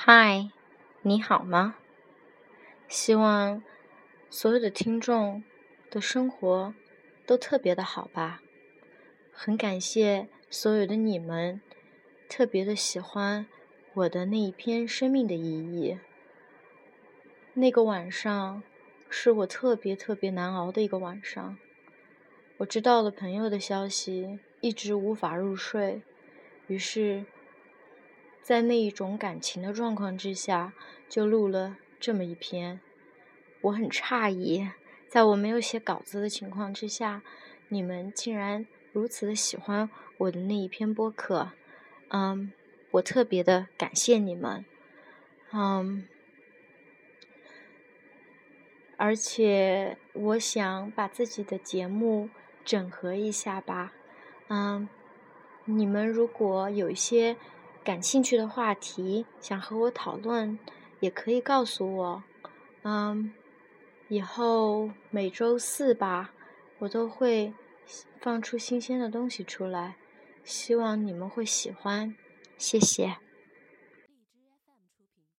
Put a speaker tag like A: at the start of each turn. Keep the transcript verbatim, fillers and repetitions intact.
A: 嗨，你好吗？希望所有的听众的生活都特别的好吧。很感谢所有的你们特别的喜欢我的那一篇生命的意义。那个晚上是我特别特别难熬的一个晚上。我知道了朋友的消息，一直无法入睡，于是在那一种感情的状况之下，就录了这么一篇。我很诧异，在我没有写稿子的情况之下，你们竟然如此的喜欢我的那一篇播客。嗯，我特别的感谢你们。嗯，而且我想把自己的节目整合一下吧。嗯，你们如果有一些感兴趣的话题想和我讨论，也可以告诉我。嗯，以后每周四吧，我都会放出新鲜的东西出来，希望你们会喜欢，谢谢。